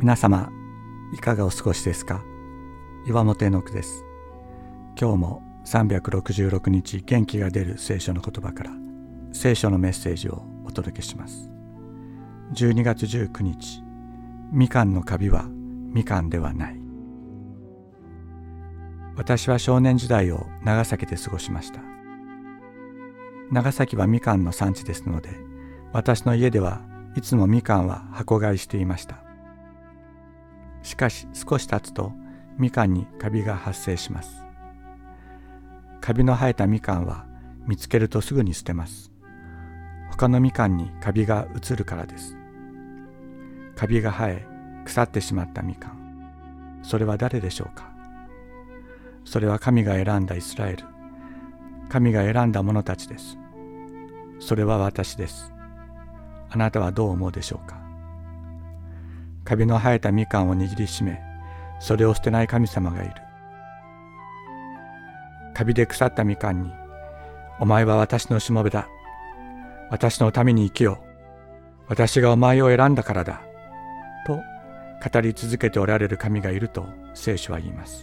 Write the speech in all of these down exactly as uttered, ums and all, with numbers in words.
皆様いかがお過ごしですか。岩本絵の句です。今日もさんびゃくろくじゅうろくにち元気が出る聖書の言葉から聖書のメッセージをお届けします。じゅうにがつじゅうくにち、みかんのカビはみかんではない。私は少年時代を長崎で過ごしました。長崎はみかんの産地ですので、私の家ではいつもみかんは箱買いしていました。しかし少し経つとみかんにカビが発生します。カビの生えたみかんは見つけるとすぐに捨てます。他のみかんにカビが移るからです。カビが生え腐ってしまったみかん、それは誰でしょうか。それは神が選んだイスラエル、神が選んだ者たちです。それは私です。あなたはどう思うでしょうか。カビの生えたみかんを握りしめ、それを捨てない神様がいる。カビで腐ったみかんに、お前は私のしもべだ。私のために生きよう。私がお前を選んだからだ。と語り続けておられる神がいると聖書は言います。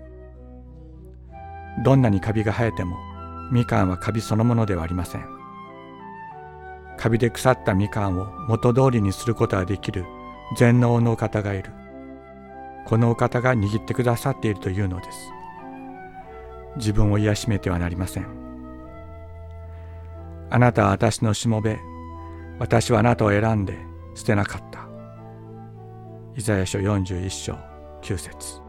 どんなにカビが生えても、みかんはカビそのものではありません。カビで腐ったみかんを元通りにすることができる全能のお方がいる。このお方が握ってくださっているというのです。自分を癒しめてはなりません。あなたは私のしもべ、私はあなたを選んで捨てなかった。イザヤ書よんじゅういっしょうきゅうせつ。